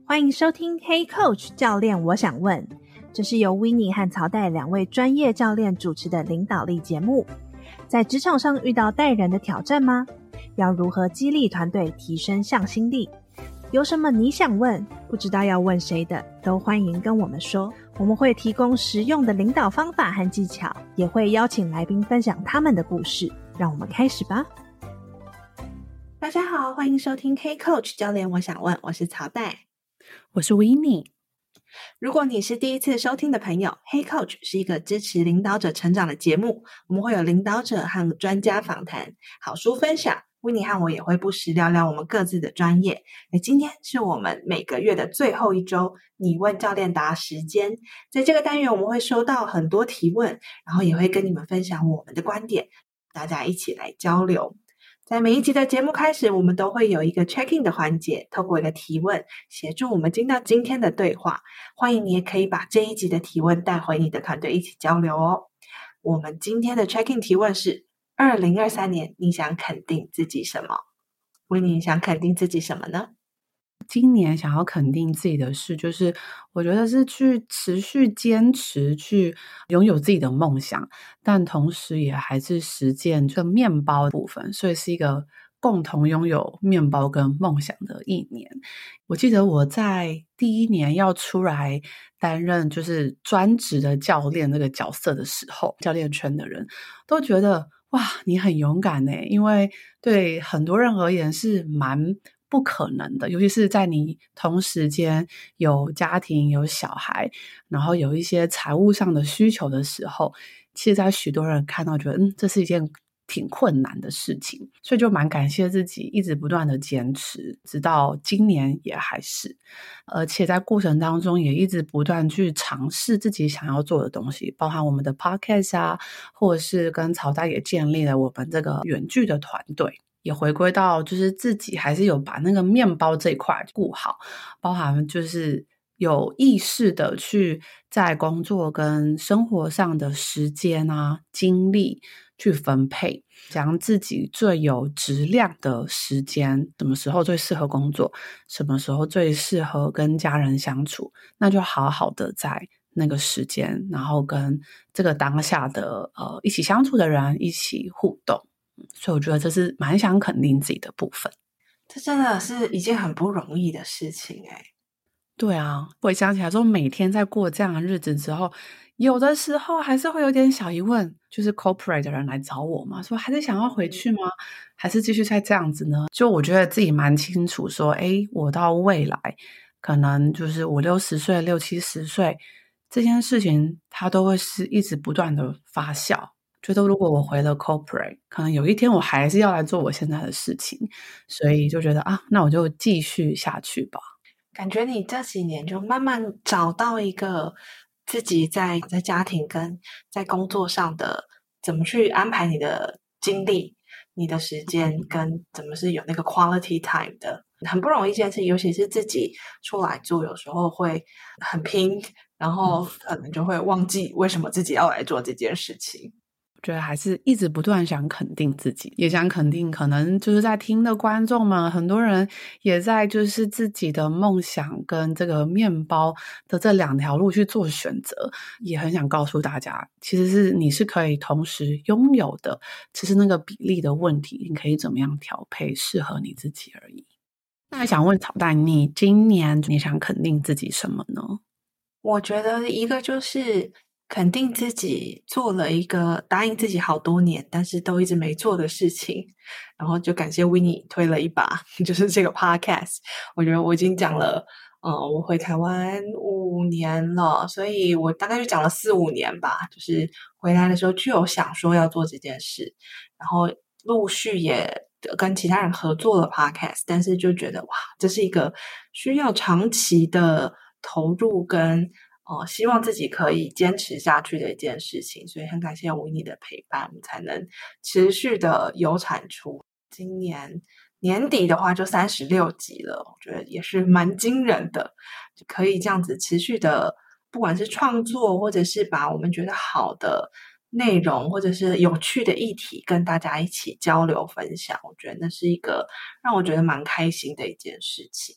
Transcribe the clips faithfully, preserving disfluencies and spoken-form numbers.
欢迎收听 Hey Coach 教练我想问，这是由 Winnie 和曹代两位专业教练主持的领导力节目。在职场上遇到带人的挑战吗？要如何激励团队提升向心力？有什么你想问不知道要问谁的，都欢迎跟我们说，我们会提供实用的领导方法和技巧，也会邀请来宾分享他们的故事。让我们开始吧。大家好，欢迎收听 Hey Coach 教练我想问，我是曹代， 我是 Winnie。 如果你是第一次收听的朋友， Hey Coach 是一个支持领导者成长的节目，我们会有领导者和专家访谈，好书分享， Winnie 和我也会不时聊聊我们各自的专业。那今天是我们每个月的最后一周你问教练答时间，在这个单元我们会收到很多提问，然后也会跟你们分享我们的观点，大家一起来交流。在每一集的节目开始，我们都会有一个 check-in 的环节，透过一个提问协助我们进到今天的对话。欢迎你也可以把这一集的提问带回你的团队一起交流哦。我们今天的 check-in 提问是二零二三年你想肯定自己什么？Winnie，你想肯定自己什么呢？ 今年想要肯定自己的事，就是我觉得是去持续坚持去拥有自己的梦想，但同时也还是实践这面包的部分，所以是一个共同拥有面包跟梦想的一年。我记得我在第一年要出来担任就是专职的教练那个角色的时候，教练圈的人都觉得哇，你很勇敢耶，因为对很多人而言是蛮不可能的，尤其是在你同时间有家庭有小孩，然后有一些财务上的需求的时候，其实在许多人看到觉得嗯，这是一件挺困难的事情，所以就蛮感谢自己一直不断的坚持，直到今年也还是，而且在过程当中也一直不断去尝试自己想要做的东西，包含我们的 podcast 啊，或者是跟曹代也建立了我们这个远距的团队，也回归到就是自己还是有把那个面包这一块顾好，包含就是有意识的去在工作跟生活上的时间啊精力去分配，将自己最有质量的时间，什么时候最适合工作，什么时候最适合跟家人相处，那就好好的在那个时间，然后跟这个当下的呃一起相处的人一起互动。所以我觉得这是蛮想肯定自己的部分。 这真的是一件很不容易的事情诶。 对啊，回想起来说每天在过这样的日子之后，有的时候还是会有点小疑问，就是 corporate 的人来找我嘛，说还是想要回去吗？还是继续再这样子呢？就我觉得自己蛮清楚说，诶，我到未来可能就是五六十岁六七十岁，这件事情它都会是一直不断的发酵，觉得如果我回了 corporate， 可能有一天我还是要来做我现在的事情，所以就觉得啊，那我就继续下去吧。 感觉你这几年就慢慢找到一个自己在在家庭跟在工作上的怎么去安排你的精力、你的时间，跟怎么是有那个 quality time 的，很不容易一件事，尤其是自己出来做，有时候会很拼，然后可能就会忘记为什么自己要来做这件事情。 我觉得还是一直不断想肯定自己，也想肯定可能就是在听的观众们，很多人也在就是自己的梦想跟这个面包的这两条路去做选择，也很想告诉大家，其实是你是可以同时拥有的，只是那个比例的问题，你可以怎么样调配适合你自己而已。那想问曹代，你今年你想肯定自己什么呢？ 我觉得一个就是肯定自己做了一个答应自己好多年但是都一直没做的事情，然后就感谢 Winnie 推了一把，就是这个 podcast。 我觉得我已经讲了呃，我回台湾五年了，所以我大概就讲了四五年吧，就是回来的时候就有想说要做这件事，然后陆续也跟其他人合作了 podcast， 但是就觉得哇，这是一个需要长期的投入跟呃，希望自己可以坚持下去的一件事情，所以很感谢Winnie的陪伴，我们才能持续的有产出。今年年底的话就三十六集了，我觉得也是蛮惊人的，就可以这样子持续的，不管是创作或者是把我们觉得好的内容或者是有趣的议题跟大家一起交流分享，我觉得那是一个让我觉得蛮开心的一件事情。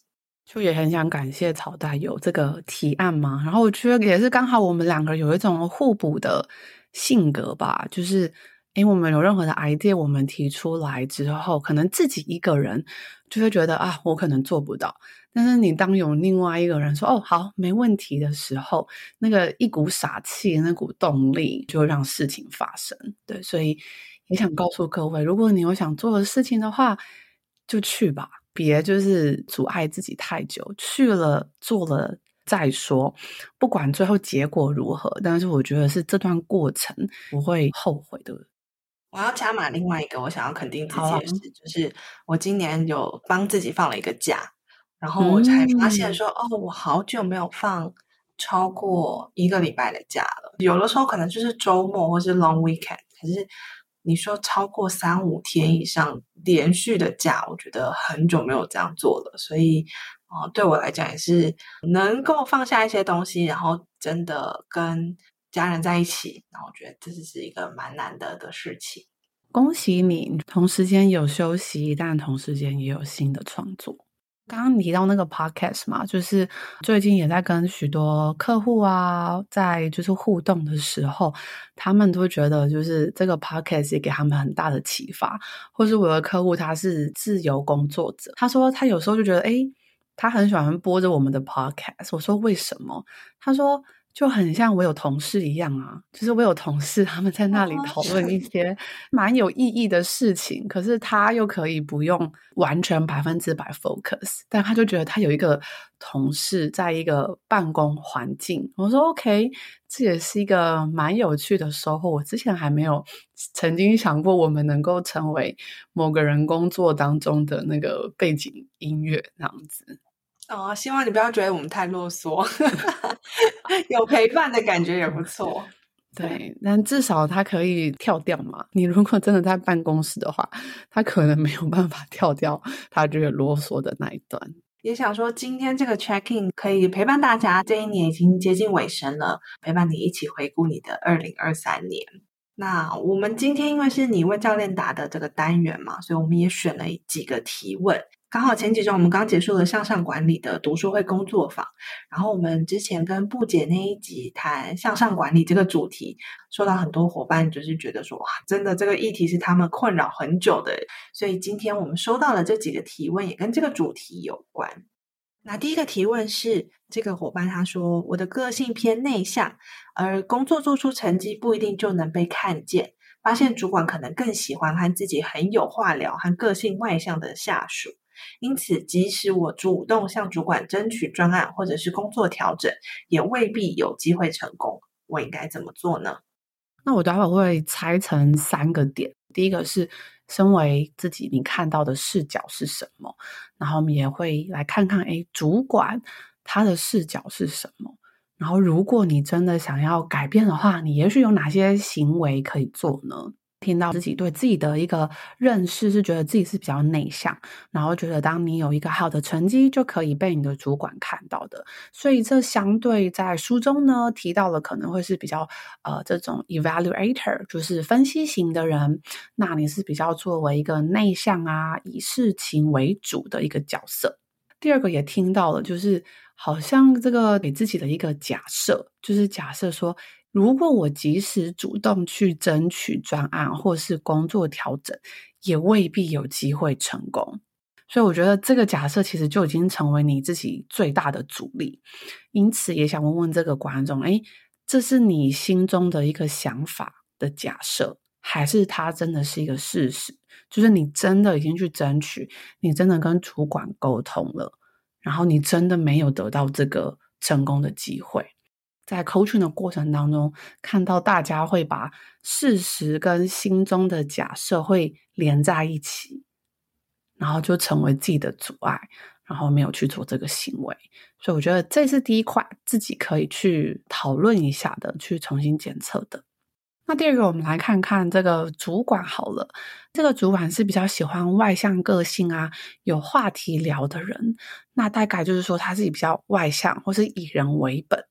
就也很想感谢草代有这个提案嘛，然后我觉得也是刚好我们两个有一种互补的性格吧，就是诶我们有任何的 idea 我们提出来之后，可能自己一个人就会觉得啊我可能做不到，但是你当有另外一个人说哦好没问题的时候，那个一股傻气那股动力就会让事情发生。对，所以也想告诉各位，如果你有想做的事情的话就去吧，别就是阻碍自己太久，去了做了再说，不管最后结果如何，但是我觉得是这段过程不会后悔的。 我要加码另外一个我想要肯定自好啊， 己的事，就是我今年有帮自己放了一个假，然后我才发现嗯， 说，哦，我好久没有放超过一个礼拜的假了。有的时候可能就是周末或是 long weekend，可是你说超过三五天以上连续的假，我觉得很久没有这样做了。所以，呃，对我来讲也是能够放下一些东西，然后真的跟家人在一起，然后我觉得这是一个蛮难得的事情。 恭喜你，同时间有休息，但同时间也有新的创作。刚刚你提到那个 podcast 嘛，就是最近也在跟许多客户啊，在就是互动的时候，他们都觉得就是这个 podcast 也给他们很大的启发。或是我的客户他是自由工作者，他说他有时候就觉得诶他很喜欢播着我们的 podcast。我说为什么？他说就很像我有同事一样啊，就是我有同事他们在那里讨论一些蛮有意义的事情，可是他又可以不用完全百分之百 focus， 但他就觉得他有一个同事在一个办公环境。我说 OK， 这也是一个蛮有趣的收获，我之前还没有曾经想过我们能够成为某个人工作当中的那个背景音乐那样子。 哦，希望你不要觉得我们太啰嗦，有陪伴的感觉也不错。 对，但至少他可以跳掉嘛。你如果真的在办公室的话，他可能没有办法跳掉他觉得啰嗦的那一段。 也想说今天这个 check in 可以陪伴大家，这一年已经接近尾声了，陪伴你一起回顾你的二零二三年。那我们今天因为是你问教练答的这个单元嘛，所以我们也选了几个提问。刚好前几周我们刚结束了向上管理的读书会工作坊，然后我们之前跟布姐那一集谈向上管理这个主题，收到很多伙伴就是觉得说哇，真的这个议题是他们困扰很久的，所以今天我们收到了这几个提问也跟这个主题有关。那第一个提问是这个伙伴他说，我的个性偏内向，而工作做出成绩不一定就能被看见，发现主管可能更喜欢和自己很有话聊和个性外向的下属，因此即使我主动向主管争取专案或者是工作调整，也未必有机会成功，我应该怎么做呢？ 那我待会会拆成三个点，第一个是身为自己你看到的视角是什么，然后我们也会来看看诶主管他的视角是什么，然后如果你真的想要改变的话，你也许有哪些行为可以做呢？听到自己对自己的一个认识是觉得自己是比较内向，然后觉得当你有一个好的成绩就可以被你的主管看到的，所以这相对在书中呢提到了可能会是比较呃这种 evaluator 就是分析型的人，那你是比较作为一个内向啊以事情为主的一个角色。第二个也听到了，就是好像这个给自己的一个假设，就是假设说如果我即使主动去争取专案或是工作调整，也未必有机会成功。所以我觉得这个假设其实就已经成为你自己最大的阻力。因此也想问问这个观众，诶，这是你心中的一个想法的假设，还是它真的是一个事实？就是你真的已经去争取，你真的跟主管沟通了，然后你真的没有得到这个成功的机会。在 coaching 的过程当中，看到大家会把事实跟心中的假设会连在一起，然后就成为自己的阻碍，然后没有去做这个行为。所以我觉得这是第一块自己可以去讨论一下的，去重新检测的。那第二个我们来看看这个主管好了，这个主管是比较喜欢外向个性啊，有话题聊的人，那大概就是说他自己比较外向或是以人为本，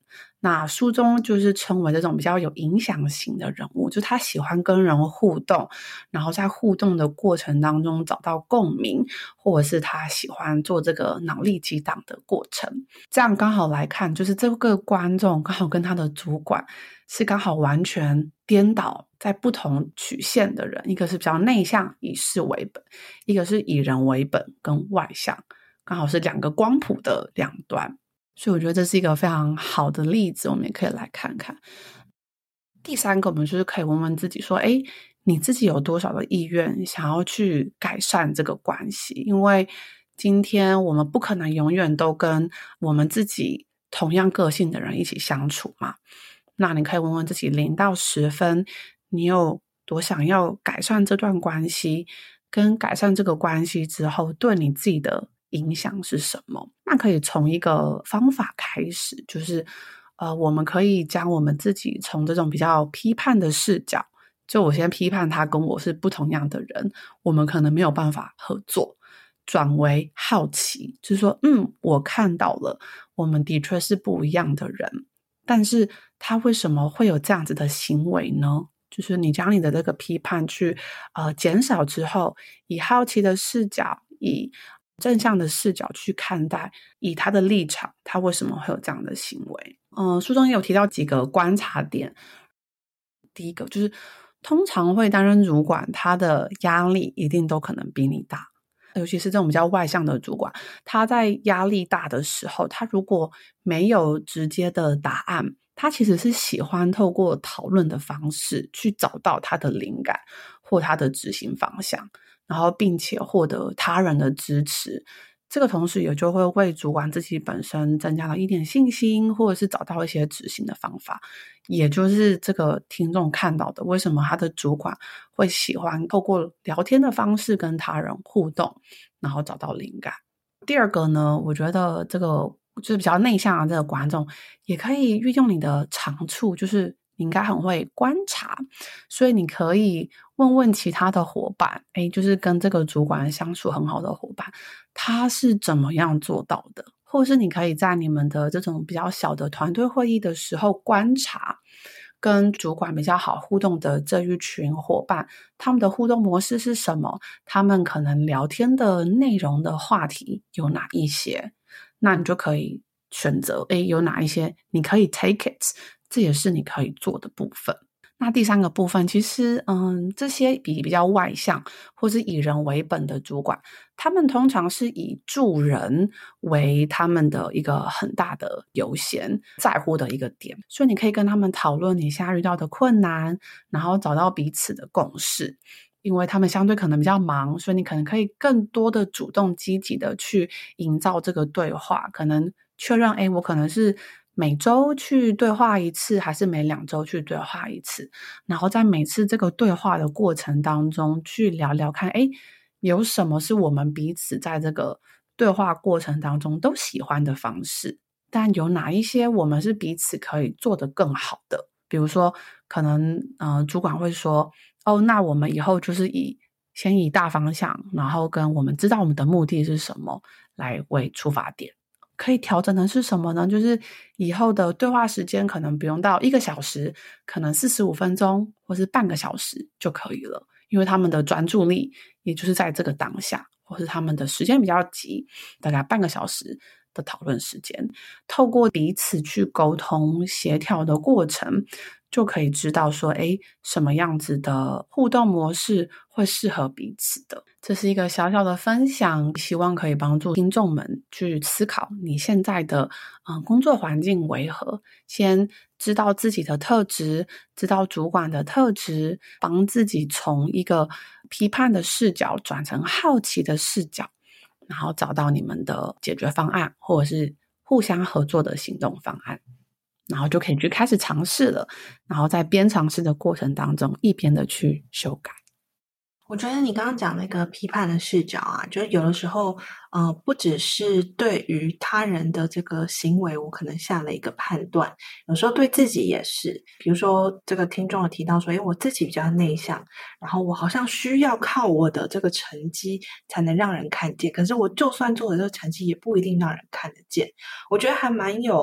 那书中就是称为这种比较有影响型的人物，就是他喜欢跟人互动，然后在互动的过程当中找到共鸣，或者是他喜欢做这个脑力激荡的过程。这样刚好来看，就是这个观众刚好跟他的主管是刚好完全颠倒在不同曲线的人，一个是比较内向以事为本，一个是以人为本跟外向，刚好是两个光谱的两端。所以我觉得这是一个非常好的例子，我们也可以来看看。第三个，我们就是可以问问自己说，诶，你自己有多少的意愿想要去改善这个关系？因为今天我们不可能永远都跟我们自己同样个性的人一起相处嘛。那你可以问问自己零到十分，你有多想要改善这段关系，跟改善这个关系之后对你自己的影响是什么？那可以从一个方法开始，就是呃，我们可以将我们自己从这种比较批判的视角，就我先批判他跟我是不同样的人，我们可能没有办法合作，转为好奇，就是说嗯，我看到了我们的确是不一样的人，但是他为什么会有这样子的行为呢？就是你将你的这个批判去呃减少之后，以好奇的视角，以正向的视角去看待，以他的立场，他为什么会有这样的行为。嗯、呃，书中也有提到几个观察点。第一个就是通常会担任主管，他的压力一定都可能比你大，尤其是这种比较外向的主管，他在压力大的时候，他如果没有直接的答案，他其实是喜欢透过讨论的方式去找到他的灵感或他的执行方向，然后并且获得他人的支持。这个同时也就会为主管自己本身增加了一点信心，或者是找到一些执行的方法。也就是这个听众看到的，为什么他的主管会喜欢透过聊天的方式跟他人互动，然后找到灵感。第二个呢，我觉得这个就是比较内向的这个观众也可以运用你的长处，就是你应该很会观察，所以你可以问问其他的伙伴，诶，就是跟这个主管相处很好的伙伴，他是怎么样做到的？或是你可以在你们的这种比较小的团队会议的时候观察跟主管比较好互动的这一群伙伴，他们的互动模式是什么？他们可能聊天的内容的话题有哪一些？那你就可以选择，诶，有哪一些你可以 take it， 这也是你可以做的部分。那第三个部分，其实嗯，这些比比较外向或是以人为本的主管，他们通常是以助人为他们的一个很大的优先在乎的一个点，所以你可以跟他们讨论你现在遇到的困难，然后找到彼此的共识。因为他们相对可能比较忙，所以你可能可以更多的主动积极的去营造这个对话，可能确认诶，我可能是每周去对话一次，还是每两周去对话一次，然后在每次这个对话的过程当中去聊聊看，诶，有什么是我们彼此在这个对话过程当中都喜欢的方式，但有哪一些我们是彼此可以做得更好的。比如说可能呃，主管会说哦，那我们以后就是以先以大方向，然后跟我们知道我们的目的是什么来为出发点。可以调整的是什么呢？就是以后的对话时间可能不用到一个小时，可能四十五分钟或是半个小时就可以了，因为他们的专注力也就是在这个当下，或是他们的时间比较急，大概半个小时的讨论时间，透过彼此去沟通协调的过程，就可以知道说，诶，什么样子的互动模式会适合彼此的。这是一个小小的分享，希望可以帮助听众们去思考你现在的、呃、工作环境为何，先知道自己的特质，知道主管的特质，帮自己从一个批判的视角转成好奇的视角，然后找到你们的解决方案，或者是互相合作的行动方案，然后就可以去开始尝试了，然后在边尝试的过程当中一边的去修改。 我觉得你刚刚讲那个批判的视角啊，就是有的时候呃，不只是对于他人的这个行为我可能下了一个判断，有时候对自己也是。比如说这个听众有提到说，诶，我自己比较内向，然后我好像需要靠我的这个成绩才能让人看见，可是我就算做的这个成绩也不一定让人看得见。我觉得还蛮有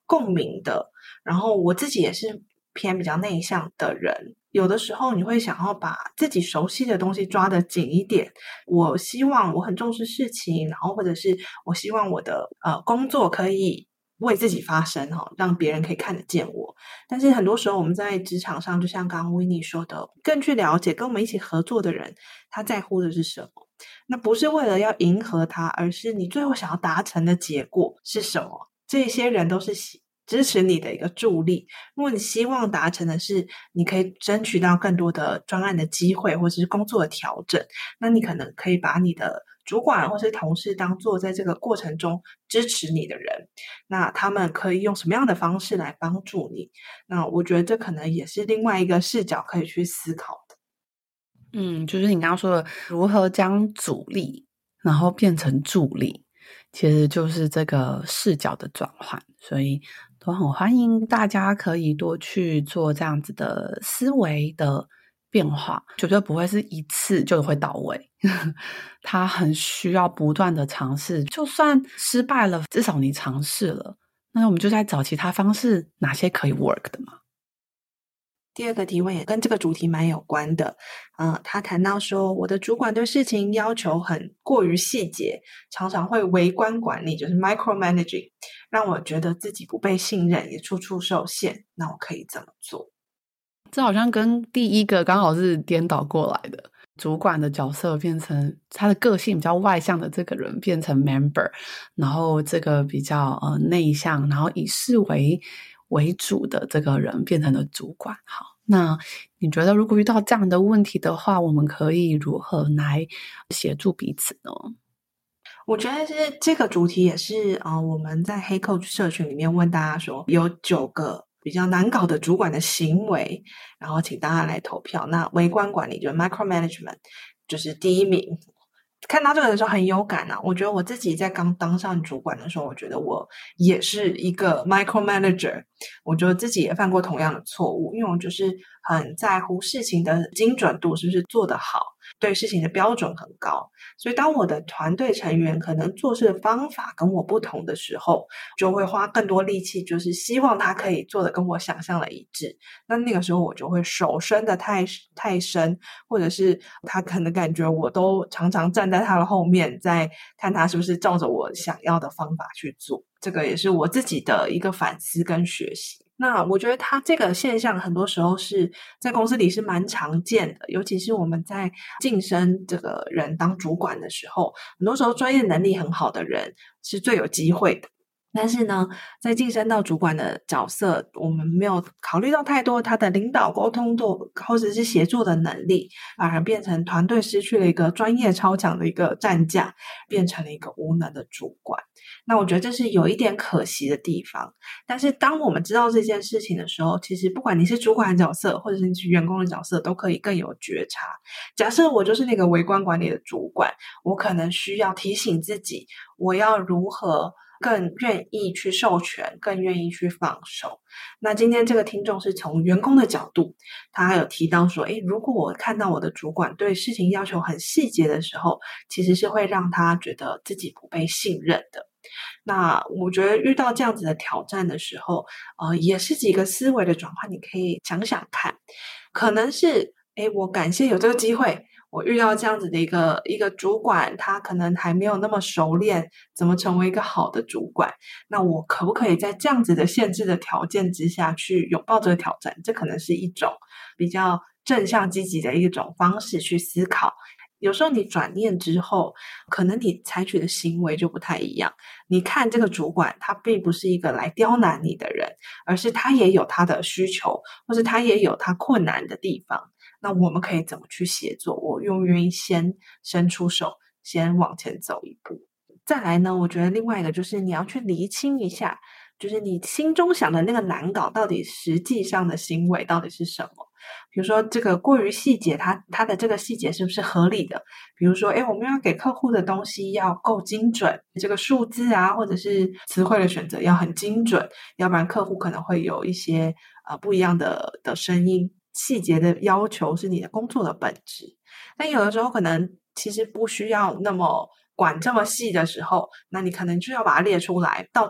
共鸣的。然后我自己也是偏比较内向的人，有的时候你会想要把自己熟悉的东西抓得紧一点。我希望我很重视事情，然后或者是我希望我的呃工作可以为自己发声哈，让别人可以看得见我。但是很多时候我们在职场上，就像刚刚 Winnie 说的，更去了解跟我们一起合作的人他在乎的是什么。那不是为了要迎合他，而是你最后想要达成的结果是什么。这些人都是支持你的一个助力。如果你希望达成的是你可以争取到更多的专案的机会，或者是工作的调整，那你可能可以把你的主管或是同事当做在这个过程中支持你的人，那他们可以用什么样的方式来帮助你。那我觉得这可能也是另外一个视角可以去思考的。 嗯，就是你刚刚说的如何将阻力然后变成助力，其实就是这个视角的转换。所以都很欢迎大家可以多去做这样子的思维的变化，绝对不会是一次就会到位它很需要不断的尝试，就算失败了至少你尝试了，那我们就在找其他方式哪些可以 work 的嘛。 第二个提问也跟这个主题蛮有关的，呃，他谈到说，我的主管对事情要求很过于细节，常常会微观管理，就是 micromanaging， 让我觉得自己不被信任，也处处受限。那我可以怎么做？ 这好像跟第一个刚好是颠倒过来的，主管的角色变成他的个性比较外向的这个人变成 member， 然后这个比较呃内向，然后以事为为主的这个人变成了主管。好，那你觉得如果遇到这样的问题的话，我们可以如何来协助彼此呢？ 我觉得是这个主题也是呃我们在黑 coach 社群里面问大家说，有九个比较难搞的主管的行为，然后请大家来投票。那微观管理就是 micromanagement 就是第一名。看到这个的时候很有感啊，我觉得我自己在刚当上主管的时候，我觉得我也是一个 micromanager， 我觉得自己也犯过同样的错误，因为我就是很在乎事情的精准度是不是做得好，对事情的标准很高，所以当我的团队成员可能做事的方法跟我不同的时候，就会花更多力气，就是希望他可以做的跟我想象的一致。那那个时候我就会手伸的太太深，或者是他可能感觉我都常常站在他的后面，在看他是不是照着我想要的方法去做。这个也是我自己的一个反思跟学习。那我觉得他这个现象很多时候是在公司里是蛮常见的，尤其是我们在晋升这个人当主管的时候，很多时候专业能力很好的人是最有机会的。但是呢，在晋升到主管的角色，我们没有考虑到太多他的领导沟通度或者是协作的能力，反而变成团队失去了一个专业超强的一个战将，变成了一个无能的主管。那我觉得这是有一点可惜的地方。但是当我们知道这件事情的时候，其实不管你是主管的角色或者是你是员工的角色，都可以更有觉察。假设我就是那个微观管理的主管，我可能需要提醒自己，我要如何更愿意去授权，更愿意去放手。那今天这个听众是从员工的角度，他有提到说，诶，如果我看到我的主管对事情要求很细节的时候，其实是会让他觉得自己不被信任的。那我觉得遇到这样子的挑战的时候，呃，也是几个思维的转换，你可以想想看，可能是，诶，我感谢有这个机会，我遇到这样子的一个一个主管，他可能还没有那么熟练怎么成为一个好的主管，那我可不可以在这样子的限制的条件之下去拥抱这个挑战？这可能是一种比较正向积极的一种方式去思考。有时候你转念之后，可能你采取的行为就不太一样。你看这个主管，他并不是一个来刁难你的人，而是他也有他的需求，或是他也有他困难的地方。那我们可以怎么去协作？我愿不愿意先伸出手，先往前走一步？再来呢，我觉得另外一个就是你要去厘清一下，就是你心中想的那个难搞，到底实际上的行为到底是什么？比如说这个过于细节，它它的这个细节是不是合理的？比如说，诶，我们要给客户的东西要够精准，这个数字啊，或者是词汇的选择要很精准，要不然客户可能会有一些呃不一样的的声音。细节的要求是你的工作的本质，但有的时候可能其实不需要那么管这么细的时候，那你可能就要把它列出来，到底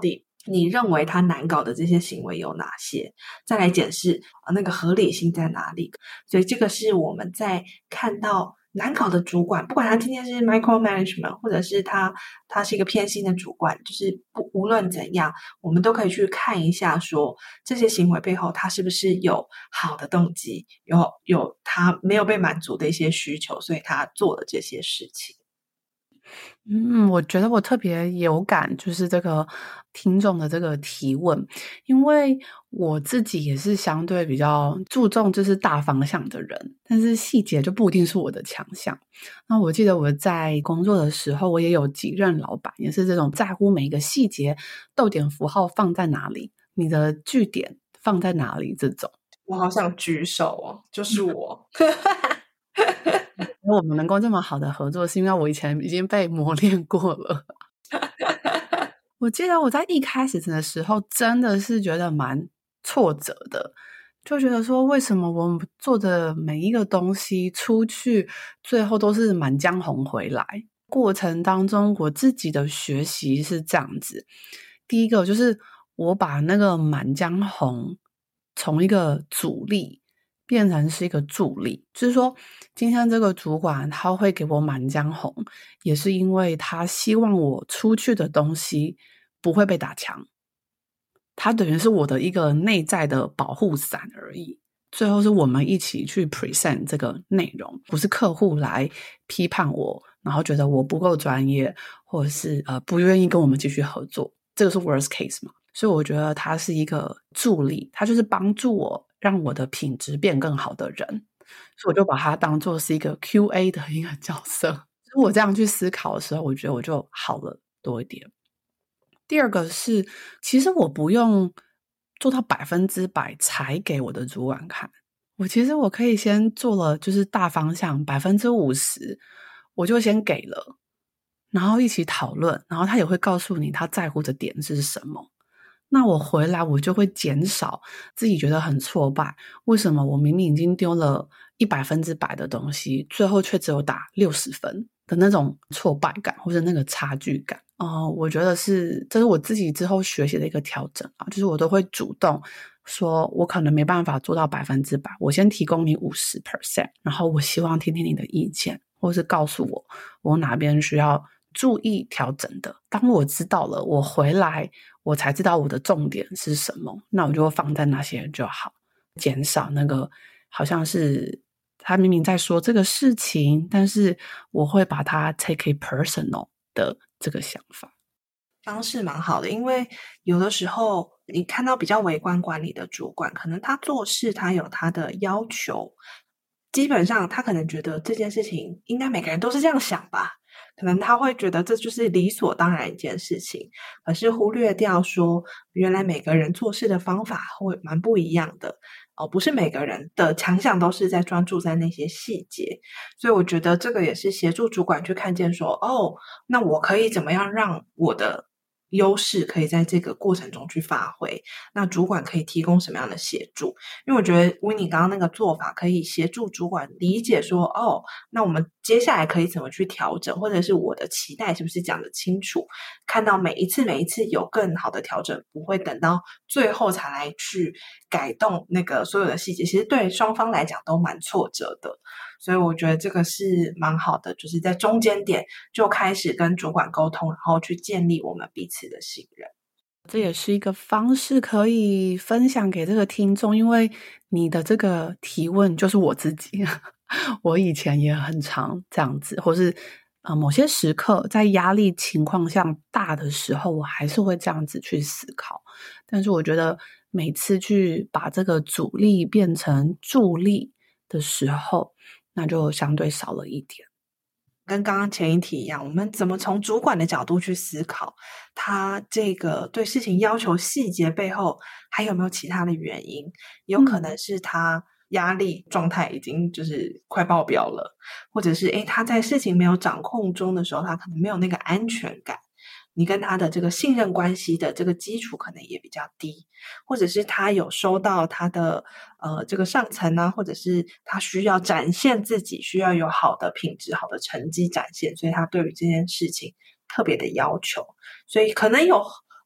你认为他难搞的这些行为有哪些，再来检视啊那个合理性在哪里。所以这个是我们在看到难搞的主管，不管他今天是 micromanagement 或者是他他是一个偏心的主管，就是不无论怎样，我们都可以去看一下说这些行为背后他是不是有好的动机，有有他没有被满足的一些需求，所以他做了这些事情。 嗯，我觉得我特别有感，就是这个听众的这个提问，因为我自己也是相对比较注重就是大方向的人，但是细节就不一定是我的强项。那我记得我在工作的时候，我也有几任老板，也是这种在乎每一个细节，逗点符号放在哪里，你的句点放在哪里这种。 我好想举手哦，就是我。 我们能够这么好的合作，是因为我以前已经被磨练过了。我记得我在一开始的时候真的是觉得蛮挫折的，就觉得说为什么我们做的每一个东西出去最后都是满江红回来。过程当中我自己的学习是这样子，第一个就是我把那个满江红从一个阻力变成是一个助力，就是说今天这个主管他会给我满江红，也是因为他希望我出去的东西不会被打枪，他等于是我的一个内在的保护伞而已。最后是我们一起去 present 这个内容，不是客户来批判我，然后觉得我不够专业，或者是呃不愿意跟我们继续合作，这个是 worst case 嘛。所以我觉得他是一个助力，他就是帮助我让我的品质变更好的人，所以我就把它当作是一个 Q A 的一个角色。如果这样去思考的时候，我觉得我就好了多一点。第二个是，其实我不用做到百分之百才给我的主管看，我其实我可以先做了就是大方向百分之五十，我就先给了，然后一起讨论，然后他也会告诉你他在乎的点是什么。那我回来我就会减少自己觉得很挫败，为什么我明明已经丢了一百分之百的东西，最后却只有打六十分的那种挫败感或者那个差距感。呃，我觉得是这是我自己之后学习的一个调整啊，就是我都会主动说我可能没办法做到百分之百，我先提供你 百分之五十， 然后我希望听听你的意见，或是告诉我我哪边需要注意调整的。当我知道了，我回来我才知道我的重点是什么，那我就放在那些就好，减少那个好像是他明明在说这个事情，但是我会把它 take it personal 的这个想法。 方式蛮好的，因为有的时候你看到比较微观管理的主管，可能他做事他有他的要求，基本上他可能觉得这件事情应该每个人都是这样想吧，可能他会觉得这就是理所当然一件事情，可是忽略掉说原来每个人做事的方法会蛮不一样的哦，不是每个人的强项都是在专注在那些细节，所以我觉得这个也是协助主管去看见说，哦，那我可以怎么样让我的优势可以在这个过程中去发挥，那主管可以提供什么样的协助。因为我觉得 Winnie 刚刚那个做法可以协助主管理解说，哦，那我们接下来可以怎么去调整，或者是我的期待是不是讲得清楚，看到每一次每一次有更好的调整，不会等到最后才来去改动那个所有的细节，其实对双方来讲都蛮挫折的。所以我觉得这个是蛮好的，就是在中间点就开始跟主管沟通，然后去建立我们彼此的信任。 这也是一个方式可以分享给这个听众，因为你的这个提问就是我自己我以前也很常这样子，或是呃某些时刻在压力情况下大的时候，我还是会这样子去思考。但是我觉得每次去把这个阻力变成助力的时候，那就相对少了一点。 跟刚刚前一题一样，我们怎么从主管的角度去思考他这个对事情要求细节背后还有没有其他的原因，有可能是他压力状态已经就是快爆表了，或者是诶他在事情没有掌控中的时候，他可能没有那个安全感，你跟他的这个信任关系的这个基础可能也比较低，或者是他有收到他的呃这个上层啊，或者是他需要展现自己，需要有好的品质、好的成绩展现，所以他对于这件事情特别的要求，所以可能有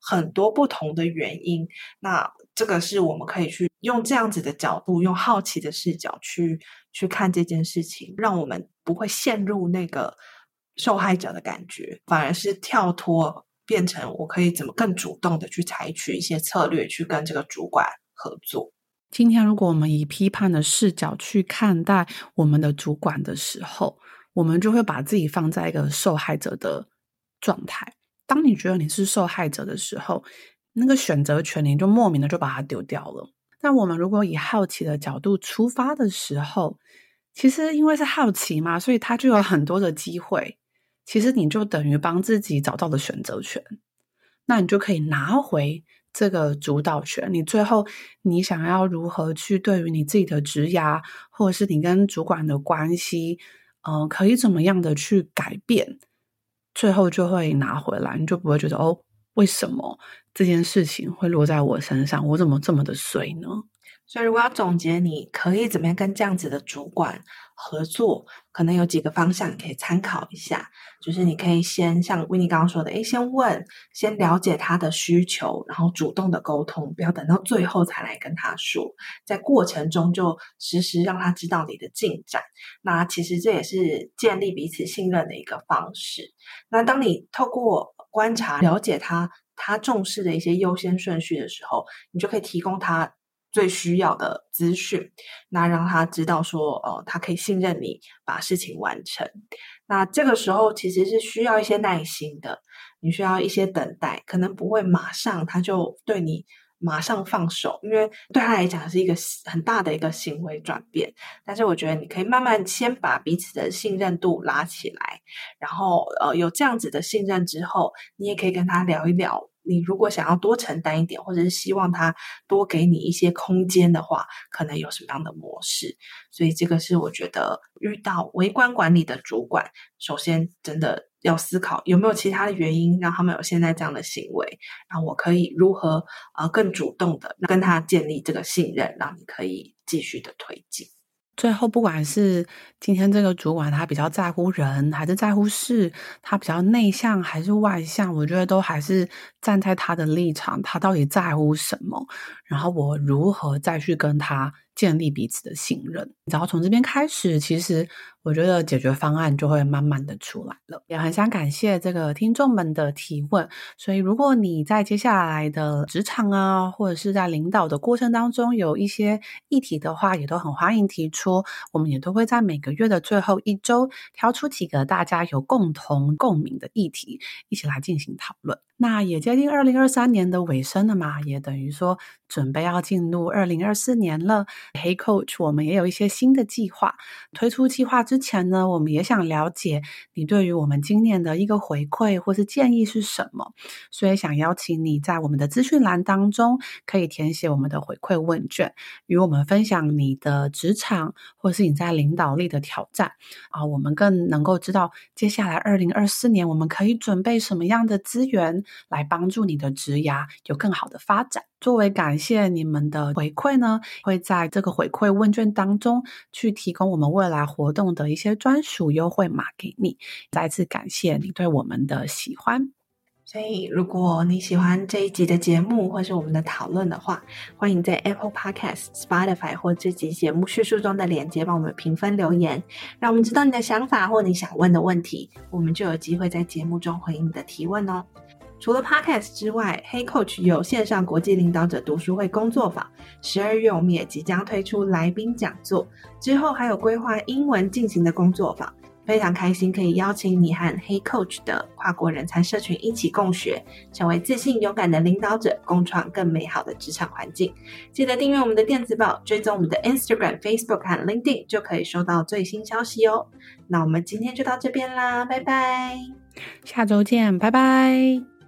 很多不同的原因。那这个是我们可以去用这样子的角度，用好奇的视角去去看这件事情，让我们不会陷入那个受害者的感觉，反而是跳脱变成我可以怎么更主动的去采取一些策略去跟这个主管合作。 今天如果我们以批判的视角去看待我们的主管的时候，我们就会把自己放在一个受害者的状态。当你觉得你是受害者的时候，那个选择权你就莫名的就把它丢掉了。但我们如果以好奇的角度出发的时候，其实因为是好奇嘛，所以它就有很多的机会。其实你就等于帮自己找到了选择权，那你就可以拿回这个主导权。你最后你想要如何去对于你自己的职涯，或者是你跟主管的关系，呃，可以怎么样的去改变，最后就会拿回来。你就不会觉得哦，为什么这件事情会落在我身上，我怎么这么的衰呢？ 所以如果要总结你可以怎么样跟这样子的主管合作，可能有几个方向你可以参考一下。就是你可以先像Winnie刚刚说的，诶，先问，先了解他的需求，然后主动的沟通，不要等到最后才来跟他说，在过程中就实时让他知道你的进展。那其实这也是建立彼此信任的一个方式。那当你透过观察了解他他重视的一些优先顺序的时候，你就可以提供他最需要的资讯，那让他知道说呃，他可以信任你把事情完成。那这个时候其实是需要一些耐心的，你需要一些等待，可能不会马上他就对你马上放手，因为对他来讲是一个很大的一个行为转变。但是我觉得你可以慢慢先把彼此的信任度拉起来，然后呃有这样子的信任之后，你也可以跟他聊一聊，你如果想要多承担一点，或者是希望他多给你一些空间的话，可能有什么样的模式。所以这个是我觉得遇到微观管理的主管，首先真的要思考有没有其他的原因让他们有现在这样的行为，然后我可以如何呃更主动的跟他建立这个信任，让你可以继续的推进。 最后不管是今天这个主管他比较在乎人还是在乎事，他比较内向还是外向，我觉得都还是站在他的立场，他到底在乎什么，然后我如何再去跟他建立彼此的信任。然后从这边开始，其实我觉得解决方案就会慢慢的出来了。也很想感谢这个听众们的提问，所以如果你在接下来的职场啊，或者是在领导的过程当中有一些议题的话，也都很欢迎提出，我们也都会在每个月的最后一周挑出几个大家有共同共鸣的议题，一起来进行讨论。那也接近二零二三年的尾声了嘛，也等于说准备要进入二零二四年了。Hey Coach 我们也有一些新的计划，推出计划之前呢，我们也想了解你对于我们今年的一个回馈或是建议是什么，所以想邀请你在我们的资讯栏当中可以填写我们的回馈问卷，与我们分享你的职场或是你在领导力的挑战啊，我们更能够知道接下来二零二四年我们可以准备什么样的资源来帮助你的职涯有更好的发展。作为感谢你们的回馈呢，会在这个回馈问卷当中去提供我们未来活动的一些专属优惠码给你。再次感谢你对我们的喜欢。 所以如果你喜欢这一集的节目或是我们的讨论的话，欢迎在 Apple Podcast、Spotify 或这集节目叙述中的连结帮我们评分留言，让我们知道你的想法或你想问的问题，我们就有机会在节目中回应你的提问哦。除了 Podcast 之外， Hey Coach 有线上国际领导者读书会工作坊，十二月我们也即将推出来宾讲座，之后还有规划英文进行的工作坊，非常开心可以邀请你和 Hey Coach 的跨国人才社群一起共学，成为自信勇敢的领导者，共创更美好的职场环境。记得订阅我们的电子报，追踪我们的 Instagram、Facebook 和 LinkedIn 就可以收到最新消息哦。那我们今天就到这边啦，拜拜， 下周见，拜拜。